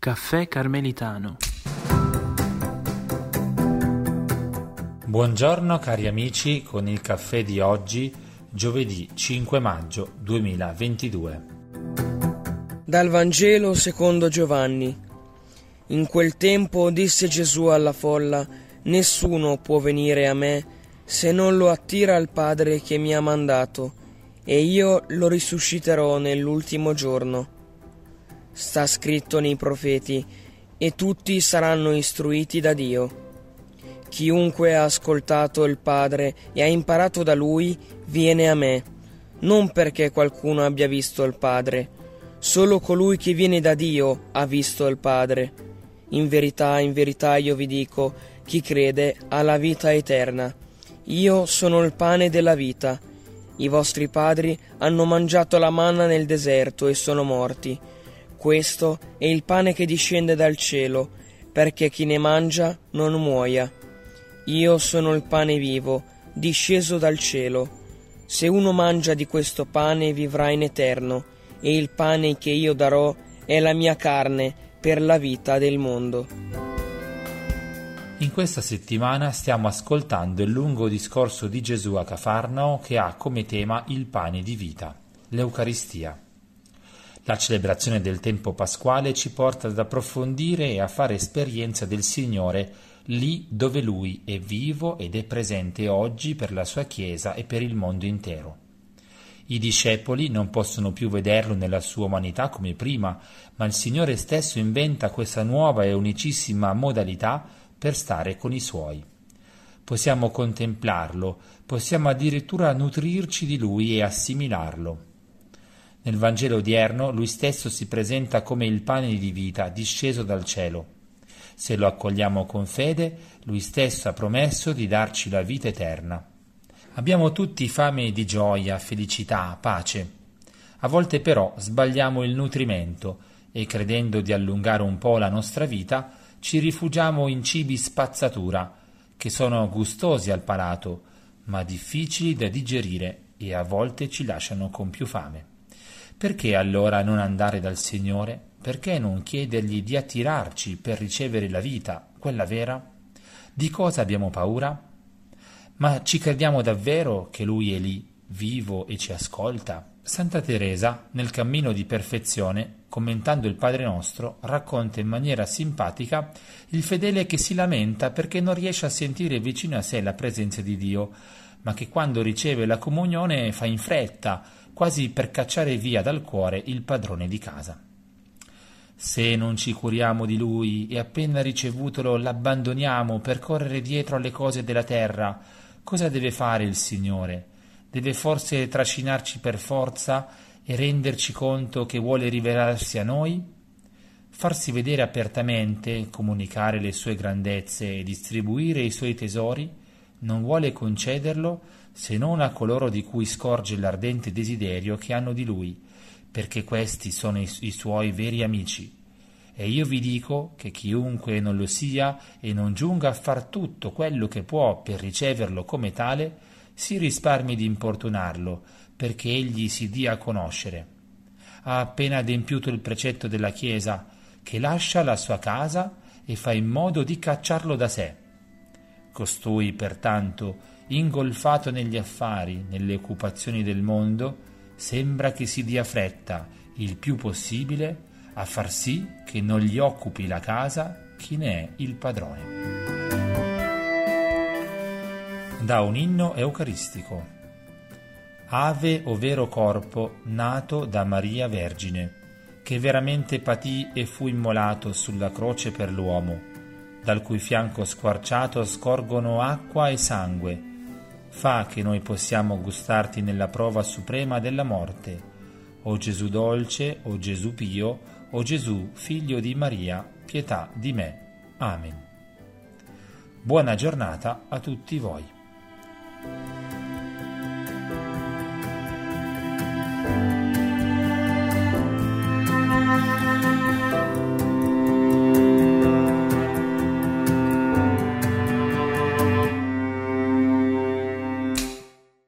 Caffè Carmelitano. Buongiorno cari amici con il caffè di oggi, giovedì 5 maggio 2022. Dal Vangelo secondo Giovanni. In quel tempo disse Gesù alla folla: nessuno può venire a me se non lo attira il Padre che mi ha mandato, e io lo risusciterò nell'ultimo giorno. Sta scritto nei profeti: e tutti saranno istruiti da Dio. Chiunque ha ascoltato il Padre e ha imparato da Lui viene a me, non perché qualcuno abbia visto il Padre. Solo colui che viene da Dio ha visto il Padre. In verità io vi dico, chi crede ha la vita eterna. Io sono il pane della vita. I vostri padri hanno mangiato la manna nel deserto e sono morti. Questo è il pane che discende dal cielo, perché chi ne mangia non muoia. Io sono il pane vivo, disceso dal cielo. Se uno mangia di questo pane vivrà in eterno, e il pane che io darò è la mia carne per la vita del mondo. In questa settimana stiamo ascoltando il lungo discorso di Gesù a Cafarnao che ha come tema il pane di vita, l'Eucaristia. La celebrazione del tempo pasquale ci porta ad approfondire e a fare esperienza del Signore lì dove Lui è vivo ed è presente oggi per la sua Chiesa e per il mondo intero. I discepoli non possono più vederlo nella sua umanità come prima, ma il Signore stesso inventa questa nuova e unicissima modalità per stare con i Suoi. Possiamo contemplarlo, possiamo addirittura nutrirci di Lui e assimilarlo. Nel Vangelo odierno Lui stesso si presenta come il pane di vita disceso dal cielo. Se lo accogliamo con fede, Lui stesso ha promesso di darci la vita eterna. Abbiamo tutti fame di gioia, felicità, pace. A volte però sbagliamo il nutrimento e, credendo di allungare un po' la nostra vita, ci rifugiamo in cibi spazzatura, che sono gustosi al palato, ma difficili da digerire e a volte ci lasciano con più fame. Perché allora non andare dal Signore? Perché non chiedergli di attirarci per ricevere la vita, quella vera? Di cosa abbiamo paura? Ma ci crediamo davvero che Lui è lì, vivo e ci ascolta? Santa Teresa, nel Cammino di Perfezione, commentando il Padre Nostro, racconta in maniera simpatica il fedele che si lamenta perché non riesce a sentire vicino a sé la presenza di Dio, ma che quando riceve la comunione fa in fretta, quasi per cacciare via dal cuore il padrone di casa. Se non ci curiamo di Lui e appena ricevutolo l'abbandoniamo per correre dietro alle cose della terra, cosa deve fare il Signore? Deve forse trascinarci per forza e renderci conto che vuole rivelarsi a noi? Farsi vedere apertamente, comunicare le sue grandezze e distribuire i suoi tesori? Non vuole concederlo se non a coloro di cui scorge l'ardente desiderio che hanno di Lui, perché questi sono i Suoi veri amici. E io vi dico che chiunque non lo sia e non giunga a far tutto quello che può per riceverlo come tale, si risparmi di importunarlo, perché egli si dia a conoscere. Ha appena adempiuto il precetto della Chiesa, che lascia la sua casa e fa in modo di cacciarlo da sé. Costui, pertanto, ingolfato negli affari, nelle occupazioni del mondo, sembra che si dia fretta, il più possibile, a far sì che non gli occupi la casa chi ne è il padrone. Da un inno eucaristico. Ave o vero corpo nato da Maria Vergine, che veramente patì e fu immolato sulla croce per l'uomo, dal cui fianco squarciato scorgono acqua e sangue. Fa che noi possiamo gustarti nella prova suprema della morte. O Gesù dolce, o Gesù pio, o Gesù, figlio di Maria, pietà di me. Amen. Buona giornata a tutti voi.